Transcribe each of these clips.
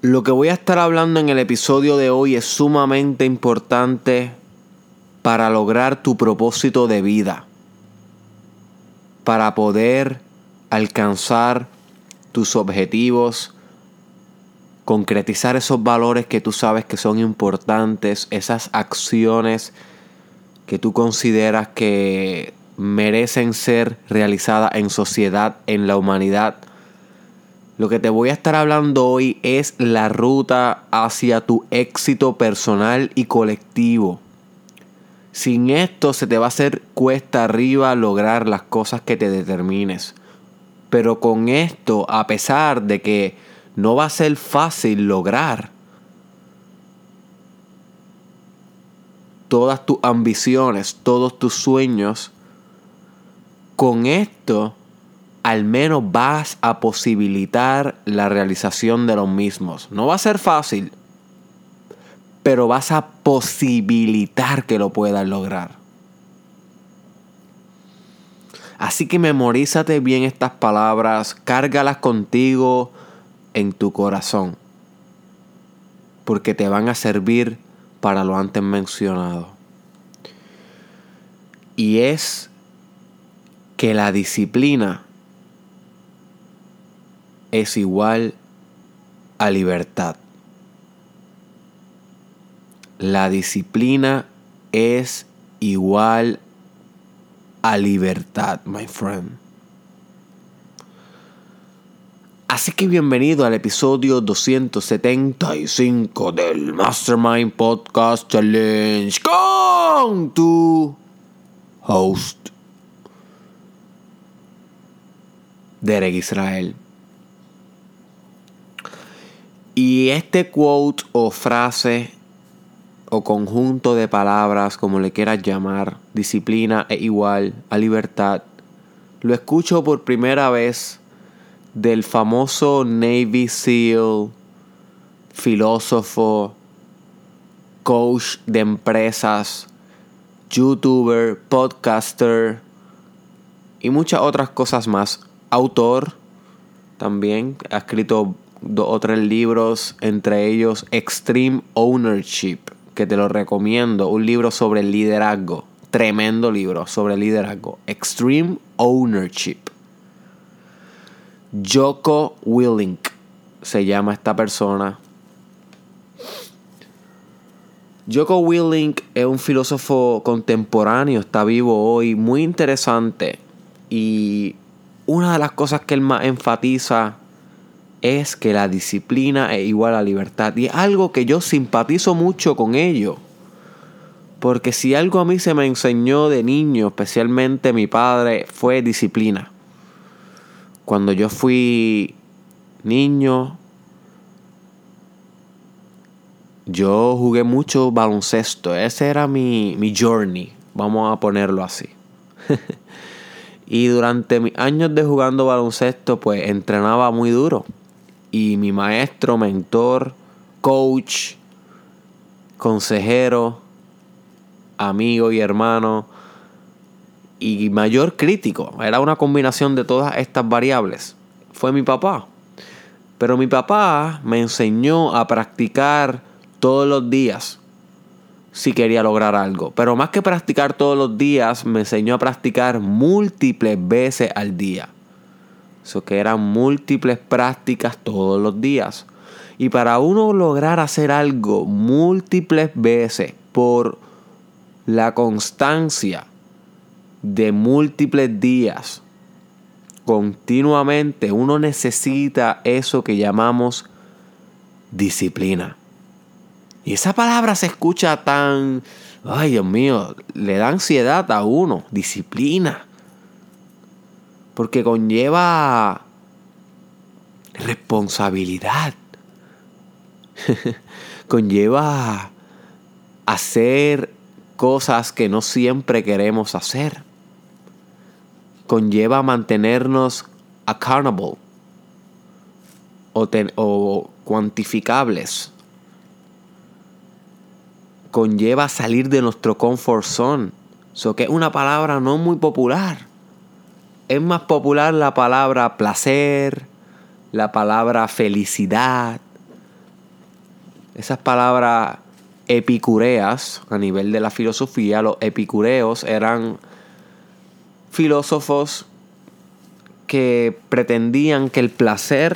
Lo que voy a estar hablando en el episodio de hoy es sumamente importante para lograr tu propósito de vida, para poder alcanzar tus objetivos, concretizar esos valores que tú sabes que son importantes, esas acciones que tú consideras que merecen ser realizadas en sociedad, en la humanidad. Lo que te voy a estar hablando hoy es la ruta hacia tu éxito personal y colectivo. Sin esto se te va a hacer cuesta arriba lograr las cosas que te determines. Pero con esto, a pesar de que no va a ser fácil lograr todas tus ambiciones, todos tus sueños, con esto al menos vas a posibilitar la realización de los mismos. No va a ser fácil, pero vas a posibilitar que lo puedas lograr. Así que memorízate bien estas palabras, cárgalas contigo en tu corazón, porque te van a servir para lo antes mencionado. Y es que la disciplina es igual a libertad. La disciplina es igual a libertad, my friend. Así que bienvenido al episodio 275 del Mastermind Podcast Challenge con tu host, Derek Israel. Y este quote o frase o conjunto de palabras, como le quieras llamar, disciplina es igual a libertad, lo escucho por primera vez del famoso Navy SEAL, filósofo, coach de empresas, youtuber, podcaster y muchas otras cosas más. Autor también, ha escrito 2 o 3 libros, entre ellos Extreme Ownership, que te lo recomiendo, un libro sobre el liderazgo, tremendo libro sobre liderazgo, Extreme Ownership. Jocko Willink se llama esta persona. Jocko Willink es un filósofo contemporáneo, está vivo hoy, muy interesante. Y una de las cosas que él más enfatiza es que la disciplina es igual a libertad. Y es algo que yo simpatizo mucho con ello. Porque si algo a mí se me enseñó de niño, especialmente mi padre, fue disciplina. Cuando yo fui niño, yo jugué mucho baloncesto. Ese era mi journey, vamos a ponerlo así. Y durante mis años de jugando baloncesto, pues entrenaba muy duro. Y mi maestro, mentor, coach, consejero, amigo y hermano y mayor crítico, era una combinación de todas estas variables, fue mi papá. Pero mi papá me enseñó a practicar todos los días si quería lograr algo. Pero más que practicar todos los días, me enseñó a practicar múltiples veces al día. Eso que eran múltiples prácticas todos los días. Y para uno lograr hacer algo múltiples veces por la constancia de múltiples días, continuamente, uno necesita eso que llamamos disciplina. Y esa palabra se escucha tan, ay Dios mío, le da ansiedad a uno, disciplina. Porque conlleva responsabilidad. Conlleva hacer cosas que no siempre queremos hacer. Conlleva mantenernos accountable o cuantificables. Conlleva salir de nuestro comfort zone. Eso que es una palabra no muy popular. Es más popular la palabra placer, la palabra felicidad, Esas palabras epicureas a nivel de la filosofía, los epicureos eran filósofos que pretendían que el placer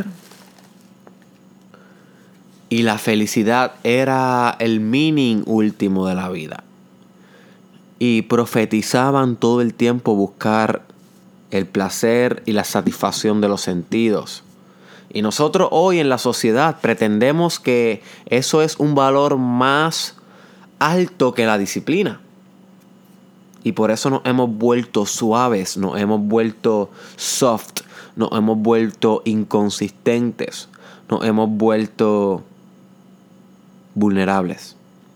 y la felicidad era el meaning último de la vida. Y profetizaban todo el tiempo buscar el placer y la satisfacción de los sentidos. Y nosotros hoy en la sociedad pretendemos que eso es un valor más alto que la disciplina. Y por eso nos hemos vuelto suaves, nos hemos vuelto soft, nos hemos vuelto inconsistentes, nos hemos vuelto vulnerables.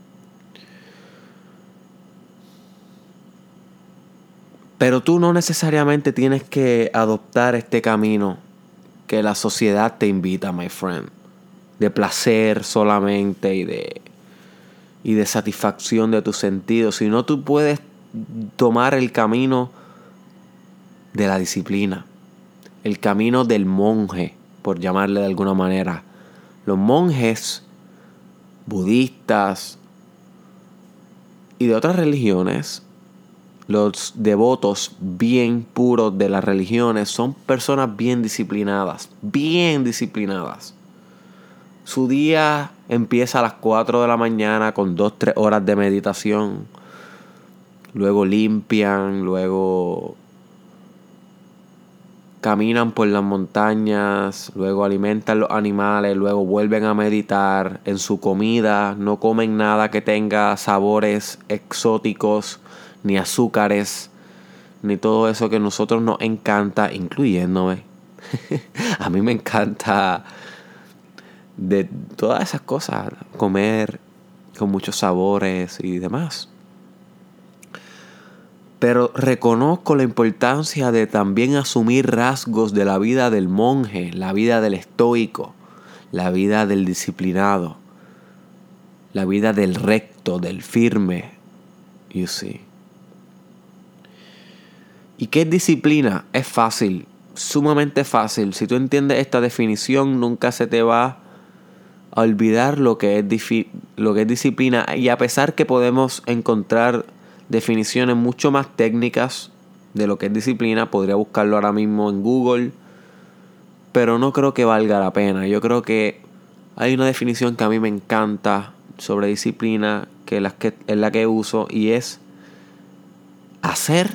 Pero tú no necesariamente tienes que adoptar este camino que la sociedad te invita, my friend, de placer solamente y de satisfacción de tus sentidos, sino tú puedes tomar el camino de la disciplina, el camino del monje, por llamarle de alguna manera. Los monjes budistas y de otras religiones, los devotos bien puros de las religiones, son personas bien disciplinadas, bien disciplinadas. Su día empieza a las 4 de la mañana con 2-3 horas de meditación. Luego limpian, luego caminan por las montañas, luego alimentan los animales, luego vuelven a meditar. En su comida no comen nada que tenga sabores exóticos, ni azúcares, ni todo eso que a nosotros nos encanta, incluyéndome. A mí me encanta de todas esas cosas, comer con muchos sabores y demás. Pero reconozco la importancia de también asumir rasgos de la vida del monje, la vida del estoico, la vida del disciplinado, la vida del recto, del firme. You see. ¿Y qué es disciplina? Es fácil, sumamente fácil. Si tú entiendes esta definición, nunca se te va a olvidar lo que es disciplina. Y a pesar que podemos encontrar definiciones mucho más técnicas de lo que es disciplina, podría buscarlo ahora mismo en Google, pero no creo que valga la pena. Yo creo que hay una definición que a mí me encanta sobre disciplina, que es la que uso, y es hacer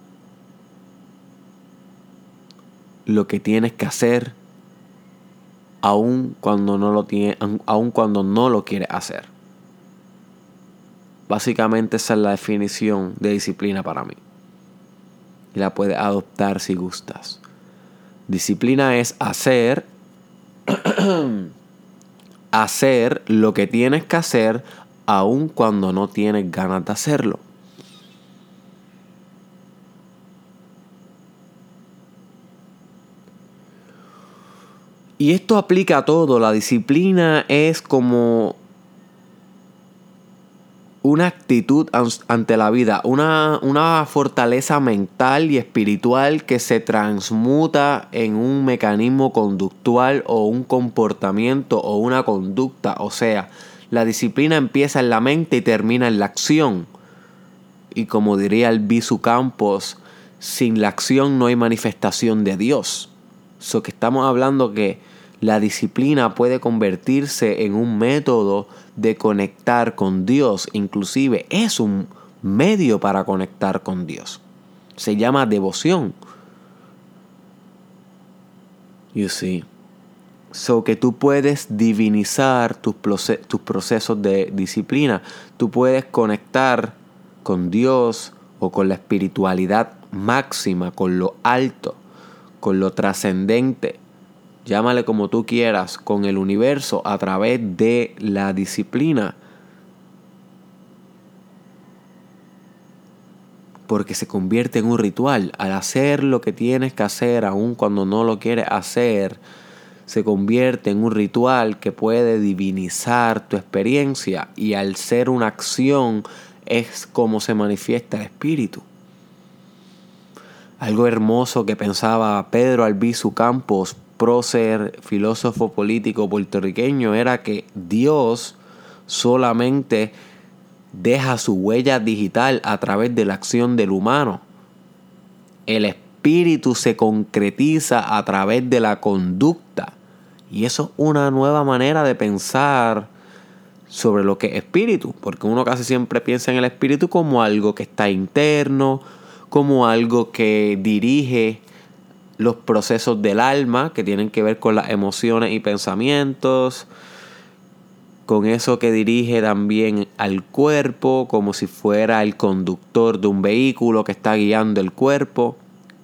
lo que tienes que hacer aun cuando no lo quieres hacer. Básicamente esa es la definición de disciplina para mí. Y la puedes adoptar si gustas. Disciplina es hacer lo que tienes que hacer aun cuando no tienes ganas de hacerlo. Y esto aplica a todo. La disciplina es como una actitud ante la vida, una fortaleza mental y espiritual que se transmuta en un mecanismo conductual o un comportamiento o una conducta. O sea, la disciplina empieza en la mente y termina en la acción. Y como diría el Bisu Campos, sin la acción no hay manifestación de Dios. So que estamos hablando que la disciplina puede convertirse en un método de conectar con Dios. Inclusive es un medio para conectar con Dios. Se llama devoción. You see. So que tú puedes divinizar tus procesos de disciplina. Tú puedes conectar con Dios o con la espiritualidad máxima, con lo alto, con lo trascendente. Llámale como tú quieras, con el universo a través de la disciplina. Porque se convierte en un ritual. Al hacer lo que tienes que hacer, aun cuando no lo quieres hacer, se convierte en un ritual que puede divinizar tu experiencia. Y al ser una acción, es como se manifiesta el espíritu. Algo hermoso que pensaba Pedro Albizu Campos, prócer, filósofo político puertorriqueño, era que Dios solamente deja su huella digital a través de la acción del humano. El espíritu se concretiza a través de la conducta. Y eso es una nueva manera de pensar sobre lo que es espíritu. Porque uno casi siempre piensa en el espíritu como algo que está interno, como algo que dirige los procesos del alma, que tienen que ver con las emociones y pensamientos, con eso que dirige también al cuerpo, como si fuera el conductor de un vehículo que está guiando el cuerpo.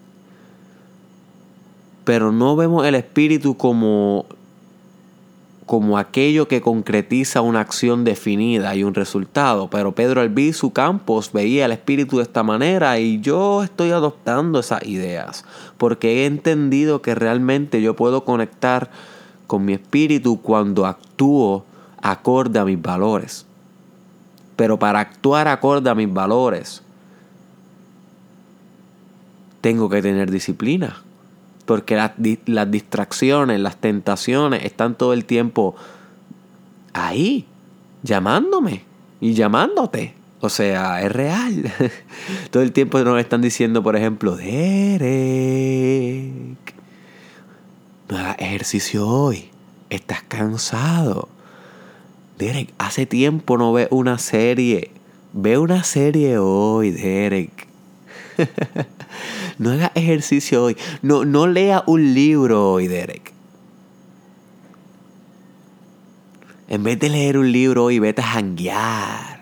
Pero no vemos el espíritu como aquello que concretiza una acción definida y un resultado. Pero Pedro Albizu Campos veía el espíritu de esta manera, y yo estoy adoptando esas ideas porque he entendido que realmente yo puedo conectar con mi espíritu cuando actúo acorde a mis valores. Pero para actuar acorde a mis valores tengo que tener disciplina. Porque las distracciones, las tentaciones están todo el tiempo ahí, llamándome y llamándote. O sea, es real. Todo el tiempo nos están diciendo, por ejemplo, Derek, no hagas ejercicio hoy, estás cansado. Derek, hace tiempo no ves una serie. Ve una serie hoy, Derek. No hagas ejercicio hoy. No lea un libro hoy, Derek. En vez de leer un libro hoy, vete a janguear.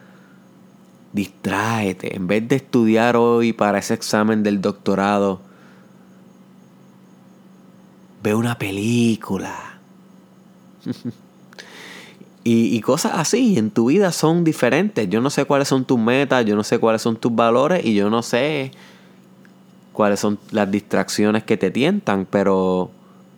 Distráete. En vez de estudiar hoy para ese examen del doctorado, ve una película. Y cosas así en tu vida son diferentes. Yo no sé cuáles son tus metas, yo no sé cuáles son tus valores, y yo no sé cuáles son las distracciones que te tientan, pero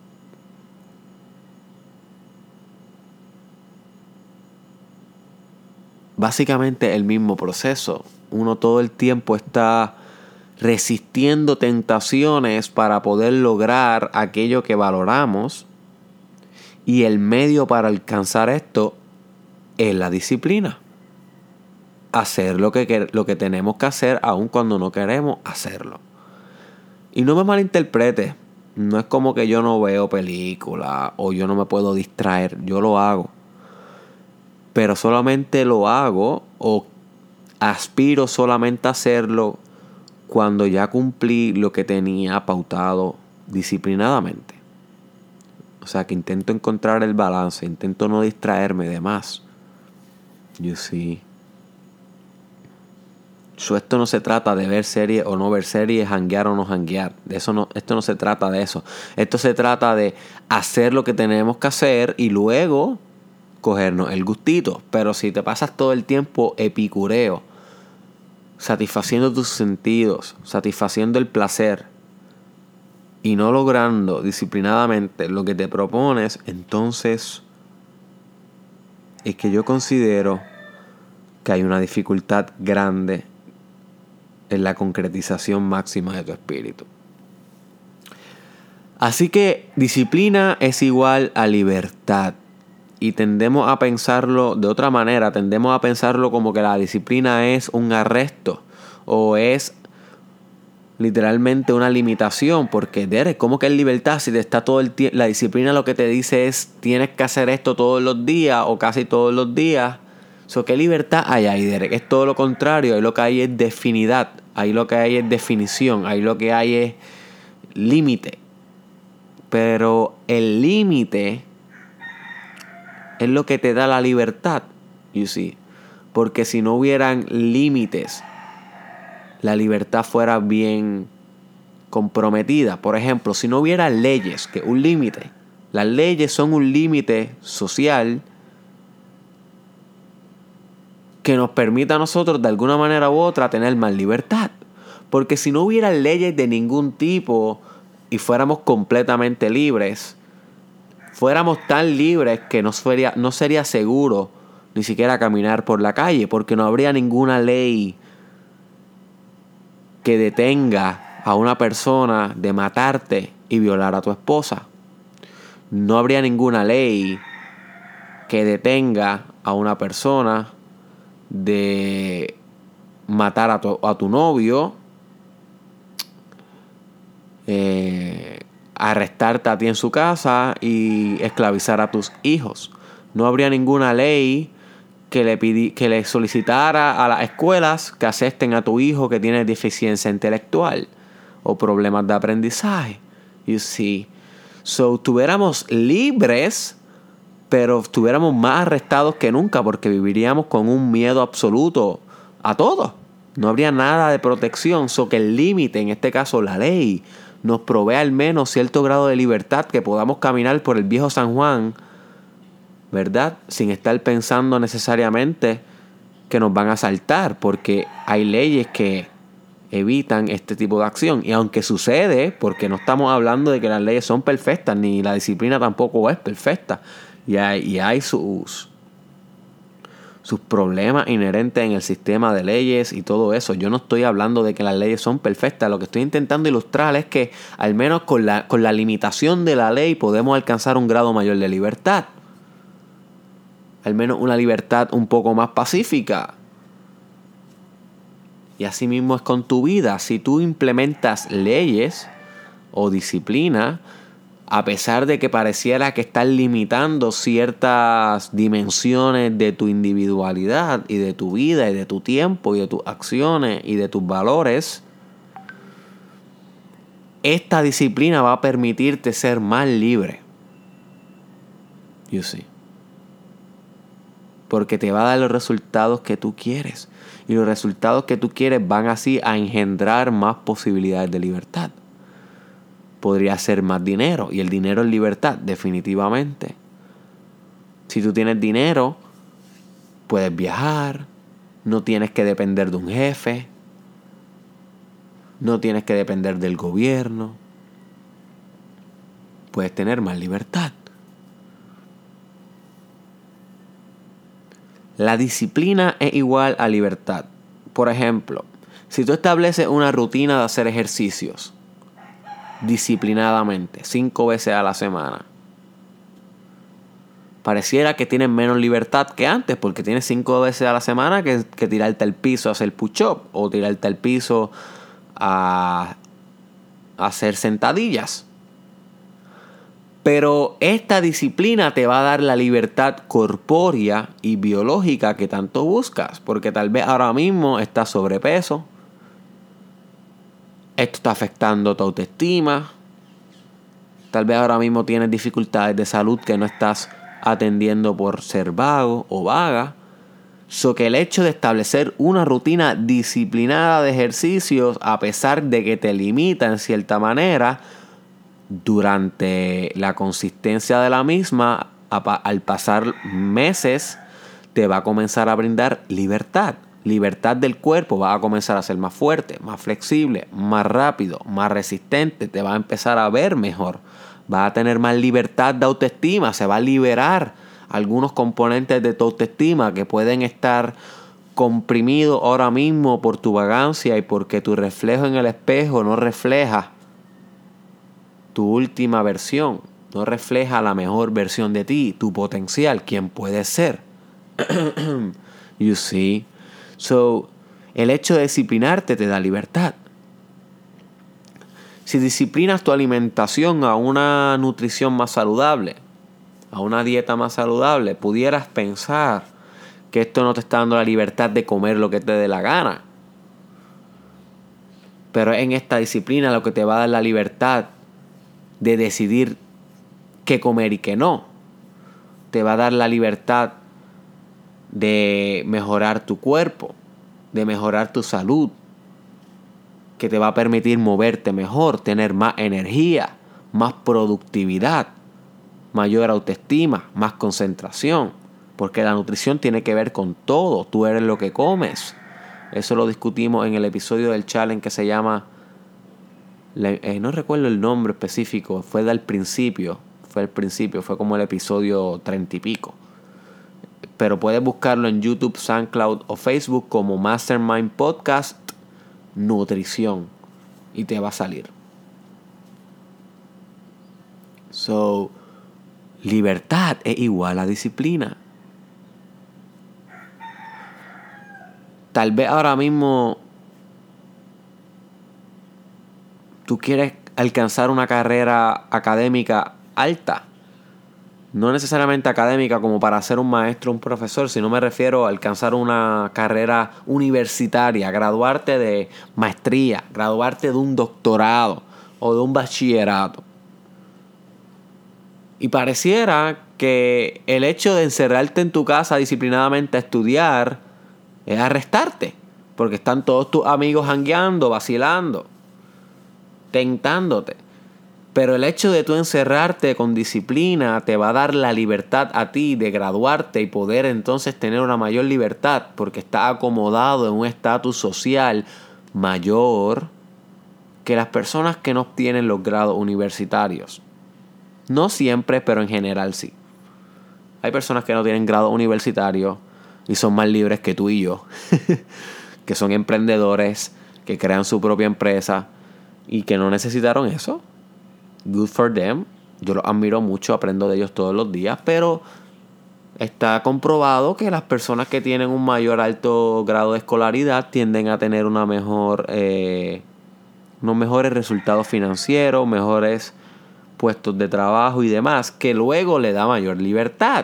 básicamente el mismo proceso. Uno todo el tiempo está resistiendo tentaciones para poder lograr aquello que valoramos, y el medio para alcanzar esto es la disciplina. Hacer lo que tenemos que hacer aun cuando no queremos hacerlo. Y no me malinterpretes, no es como que yo no veo películas o yo no me puedo distraer, yo lo hago. Pero solamente lo hago o aspiro solamente a hacerlo cuando ya cumplí lo que tenía pautado disciplinadamente. O sea, que intento encontrar el balance, intento no distraerme de más. You see. Esto no se trata de ver series o no ver series, janguear o no janguear. Esto no se trata de eso. Esto se trata de hacer lo que tenemos que hacer y luego cogernos el gustito. Pero si te pasas todo el tiempo epicureo, satisfaciendo tus sentidos, satisfaciendo el placer y no logrando disciplinadamente lo que te propones, entonces es que yo considero que hay una dificultad grande en la concretización máxima de tu espíritu. Así que disciplina es igual a libertad. Y tendemos a pensarlo de otra manera. Tendemos a pensarlo como que la disciplina es un arresto o es literalmente una limitación. Porque, Derek, ¿cómo que es libertad si te está todo el tiempo? La disciplina lo que te dice es tienes que hacer esto todos los días o casi todos los días. ¿Qué libertad hay ahí, Derek? Es todo lo contrario. Ahí lo que hay es definidad. Ahí lo que hay es definición. Ahí lo que hay es límite. Pero el límite es lo que te da la libertad, you see. Porque si no hubieran límites, la libertad fuera bien comprometida. Por ejemplo, si no hubiera leyes, que un límite. Las leyes son un límite social que nos permita a nosotros de alguna manera u otra tener más libertad. Porque si no hubiera leyes de ningún tipo y fuéramos completamente libres, fuéramos tan libres que no sería seguro ni siquiera caminar por la calle, porque no habría ninguna ley que detenga a una persona de matarte y violar a tu esposa. No habría ninguna ley que detenga a una persona de matar a tu novio, arrestarte a ti en su casa y esclavizar a tus hijos. No habría ninguna ley que le solicitara a las escuelas que acepten a tu hijo que tiene deficiencia intelectual o problemas de aprendizaje. You see. So, estuviéramos libres, pero estuviéramos más arrestados que nunca porque viviríamos con un miedo absoluto a todo. No habría nada de protección. So que el límite, en este caso la ley, nos provee al menos cierto grado de libertad, que podamos caminar por el viejo San Juan, ¿verdad? Sin estar pensando necesariamente que nos van a asaltar, porque hay leyes que evitan este tipo de acción. Y aunque sucede, porque no estamos hablando de que las leyes son perfectas, ni la disciplina tampoco es perfecta, y hay sus problemas inherentes en el sistema de leyes y todo eso. Yo no estoy hablando de que las leyes son perfectas. Lo que estoy intentando ilustrar es que al menos con la limitación de la ley podemos alcanzar un grado mayor de libertad. Al menos una libertad un poco más pacífica. Y así mismo es con tu vida. Si tú implementas leyes o disciplina, a pesar de que pareciera que estás limitando ciertas dimensiones de tu individualidad y de tu vida y de tu tiempo y de tus acciones y de tus valores, esta disciplina va a permitirte ser más libre. You see. Porque te va a dar los resultados que tú quieres. Y los resultados que tú quieres van así a engendrar más posibilidades de libertad. Podría ser más dinero. Y el dinero es libertad, definitivamente. Si tú tienes dinero, puedes viajar. No tienes que depender de un jefe. No tienes que depender del gobierno. Puedes tener más libertad. La disciplina es igual a libertad. Por ejemplo, si tú estableces una rutina de hacer ejercicios disciplinadamente 5 veces a la semana, pareciera que tienes menos libertad que antes, porque tienes 5 veces a la semana que tirarte al piso a hacer push-up o tirarte al piso a hacer sentadillas. Pero esta disciplina te va a dar la libertad corpórea y biológica que tanto buscas. Porque tal vez ahora mismo estás sobrepeso. Esto está afectando tu autoestima. Tal vez ahora mismo tienes dificultades de salud que no estás atendiendo por ser vago o vaga. So que el hecho de establecer una rutina disciplinada de ejercicios, a pesar de que te limita en cierta manera, durante la consistencia de la misma, al pasar meses, te va a comenzar a brindar libertad. Libertad del cuerpo, va a comenzar a ser más fuerte, más flexible, más rápido, más resistente, te va a empezar a ver mejor. Va a tener más libertad de autoestima, se va a liberar algunos componentes de tu autoestima que pueden estar comprimidos ahora mismo por tu vagancia y porque tu reflejo en el espejo no refleja tu última versión, no refleja la mejor versión de ti, tu potencial, quién puedes ser. You see? So, el hecho de disciplinarte te da libertad. Si disciplinas tu alimentación a una nutrición más saludable, a una dieta más saludable, pudieras pensar que esto no te está dando la libertad de comer lo que te dé la gana. Pero en esta disciplina lo que te va a dar la libertad de decidir qué comer y qué no. Te va a dar la libertad de mejorar tu cuerpo, de mejorar tu salud, que te va a permitir moverte mejor, tener más energía, más productividad, mayor autoestima, más concentración, porque la nutrición tiene que ver con todo. Tú eres lo que comes. Eso lo discutimos en el episodio del challenge que se llama, no recuerdo el nombre específico, fue como el episodio 30 y pico. Pero puedes buscarlo en YouTube, SoundCloud o Facebook como Mastermind Podcast Nutrición y te va a salir. So, libertad es igual a disciplina. Tal vez ahora mismo tú quieres alcanzar una carrera académica alta. No necesariamente académica como para ser un maestro o un profesor, sino me refiero a alcanzar una carrera universitaria, graduarte de maestría, graduarte de un doctorado o de un bachillerato. Y pareciera que el hecho de encerrarte en tu casa disciplinadamente a estudiar es arrestarte, porque están todos tus amigos jangueando, vacilando, tentándote. Pero el hecho de tú encerrarte con disciplina te va a dar la libertad a ti de graduarte y poder entonces tener una mayor libertad porque estás acomodado en un estatus social mayor que las personas que no obtienen los grados universitarios. No siempre, pero en general sí. Hay personas que no tienen grado universitario y son más libres que tú y yo, que son emprendedores, que crean su propia empresa y que no necesitaron eso. Good for them. Yo los admiro mucho, aprendo de ellos todos los días, pero está comprobado que las personas que tienen un mayor alto grado de escolaridad tienden a tener unos mejores resultados financieros, mejores puestos de trabajo y demás, que luego le da mayor libertad.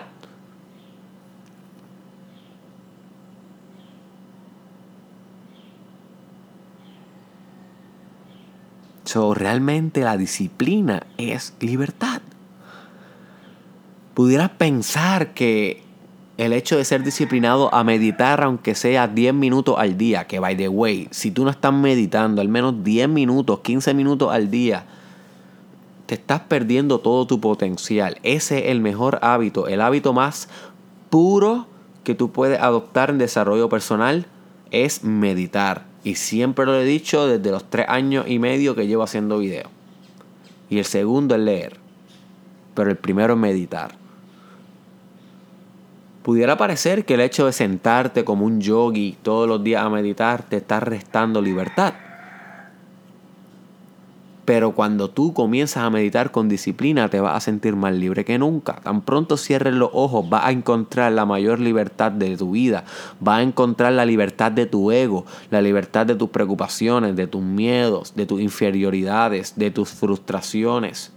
Realmente la disciplina es libertad. Pudieras pensar que el hecho de ser disciplinado a meditar, aunque sea 10 minutos al día, que by the way, si tú no estás meditando al menos 10 minutos, 15 minutos al día, te estás perdiendo todo tu potencial. Ese es el mejor hábito, el hábito más puro que tú puedes adoptar en desarrollo personal es meditar. Y siempre lo he dicho desde los 3 años y medio que llevo haciendo videos. Y el segundo es leer. Pero el primero es meditar. Pudiera parecer que el hecho de sentarte como un yogi todos los días a meditar te está restando libertad. Pero cuando tú comienzas a meditar con disciplina te vas a sentir más libre que nunca. Tan pronto cierres los ojos vas a encontrar la mayor libertad de tu vida. Vas a encontrar la libertad de tu ego, la libertad de tus preocupaciones, de tus miedos, de tus inferioridades, de tus frustraciones.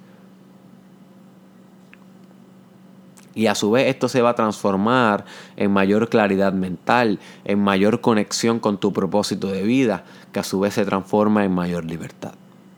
Y a su vez esto se va a transformar en mayor claridad mental, en mayor conexión con tu propósito de vida, que a su vez se transforma en mayor libertad.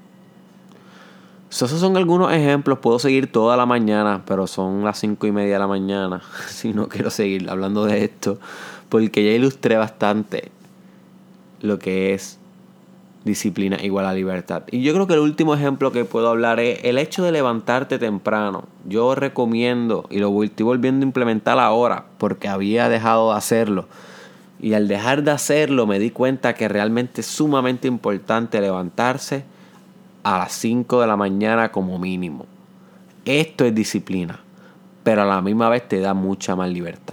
Esos son algunos ejemplos. Puedo seguir toda la mañana, pero son las 5:30 de la mañana. Si no quiero seguir hablando de esto, porque ya ilustré bastante lo que es disciplina igual a libertad. Y yo creo que el último ejemplo que puedo hablar es el hecho de levantarte temprano. Yo recomiendo, y lo estoy volviendo a implementar ahora, porque había dejado de hacerlo. Y al dejar de hacerlo me di cuenta que realmente es sumamente importante levantarse a las 5 de la mañana como mínimo. Esto es disciplina, pero a la misma vez te da mucha más libertad.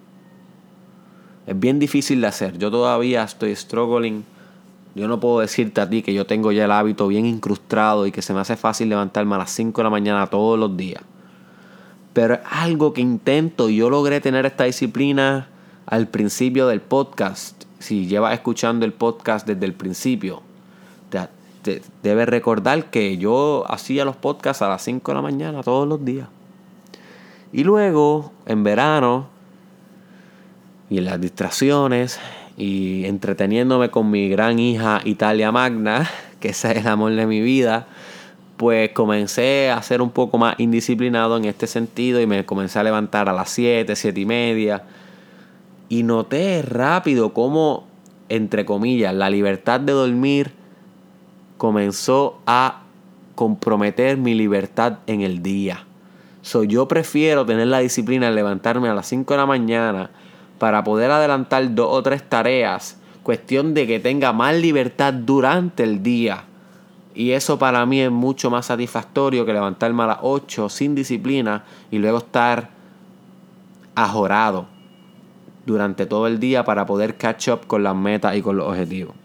Es bien difícil de hacer. Yo todavía estoy struggling. Yo no puedo decirte a ti que yo tengo ya el hábito bien incrustado y que se me hace fácil levantarme a las 5 de la mañana todos los días. Pero es algo que intento y yo logré tener esta disciplina al principio del podcast. Si llevas escuchando el podcast desde el principio, debes recordar que yo hacía los podcasts a las 5 de la mañana todos los días. Y luego, en verano, y en las distracciones, y entreteniéndome con mi gran hija Italia Magna, que ese es el amor de mi vida, pues comencé a ser un poco más indisciplinado en este sentido y me comencé a levantar a las 7, 7:30. Y noté rápido cómo, entre comillas, la libertad de dormir comenzó a comprometer mi libertad en el día. Yo prefiero tener la disciplina de levantarme a las 5 de la mañana para poder adelantar 2 o 3 tareas. Cuestión de que tenga más libertad durante el día. Y eso para mí es mucho más satisfactorio que levantarme a las 8 sin disciplina y luego estar ajorado durante todo el día para poder catch up con las metas y con los objetivos.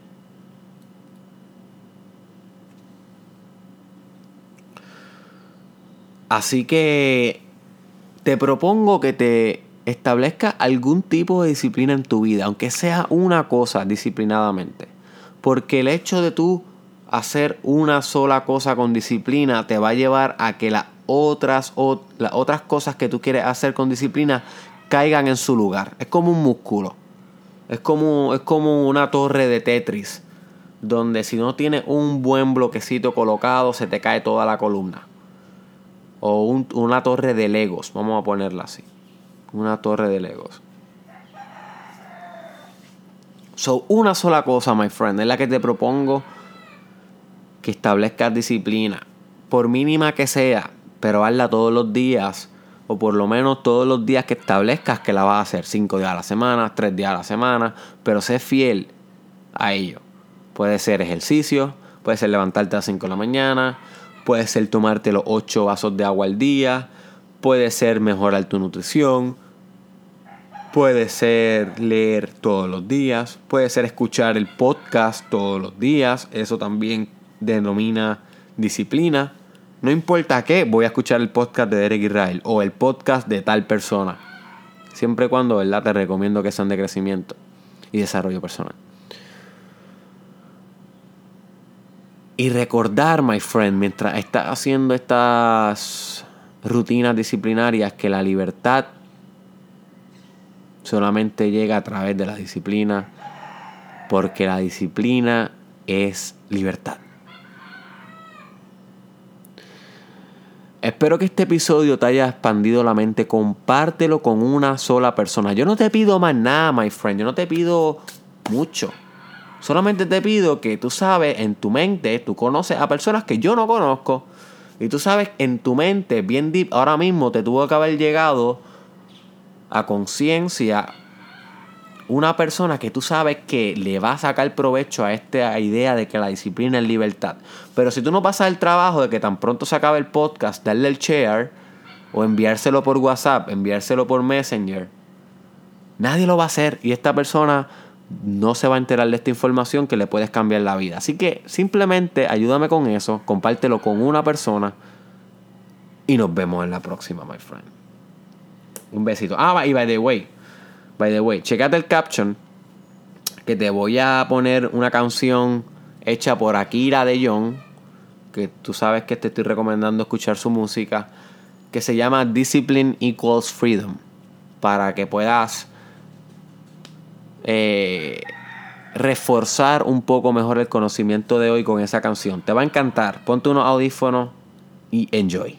Así que te propongo que te establezca algún tipo de disciplina en tu vida, aunque sea una cosa disciplinadamente. Porque el hecho de tú hacer una sola cosa con disciplina te va a llevar a que las otras cosas que tú quieres hacer con disciplina caigan en su lugar. Es como un músculo. Es como una torre de Tetris, donde si no tienes un buen bloquecito colocado, se te cae toda la columna. O una torre de Legos, vamos a ponerla así. Una torre de Legos. So, una sola cosa, my friend, es la que te propongo que establezcas disciplina. Por mínima que sea, pero hazla todos los días. O por lo menos todos los días que establezcas que la vas a hacer. 5 días a la semana, 3 días a la semana. Pero sé fiel a ello. Puede ser ejercicio, puede ser levantarte a las 5 de la mañana, puede ser tomarte los 8 vasos de agua al día, puede ser mejorar tu nutrición, puede ser leer todos los días, puede ser escuchar el podcast todos los días. Eso también denomina disciplina. No importa qué, voy a escuchar el podcast de Derek Israel o el podcast de tal persona. Siempre y cuando, ¿verdad?, te recomiendo que sean de crecimiento y desarrollo personal. Y recordar, my friend, mientras estás haciendo estas rutinas disciplinarias, que la libertad solamente llega a través de la disciplina, porque la disciplina es libertad. Espero que este episodio te haya expandido la mente. Compártelo con una sola persona. Yo no te pido más nada, my friend. Yo no te pido mucho. Solamente te pido que tú sabes, en tu mente, tú conoces a personas que yo no conozco. Y tú sabes, en tu mente, bien deep, ahora mismo te tuvo que haber llegado a conciencia una persona que tú sabes que le va a sacar provecho a esta idea de que la disciplina es libertad. Pero si tú no pasas el trabajo de que tan pronto se acabe el podcast, darle el share o enviárselo por WhatsApp, enviárselo por Messenger, nadie lo va a hacer. Y esta persona no se va a enterar de esta información que le puedes cambiar la vida. Así que simplemente ayúdame con eso, compártelo con una persona y nos vemos en la próxima, my friend. Un besito. Y by the way, checate el caption, que te voy a poner una canción hecha por Akira de Jong, que tú sabes que te estoy recomendando escuchar su música, que se llama Discipline Equals Freedom, para que puedas reforzar un poco mejor el conocimiento de hoy con esa canción. Te va a encantar. Ponte unos audífonos y enjoy.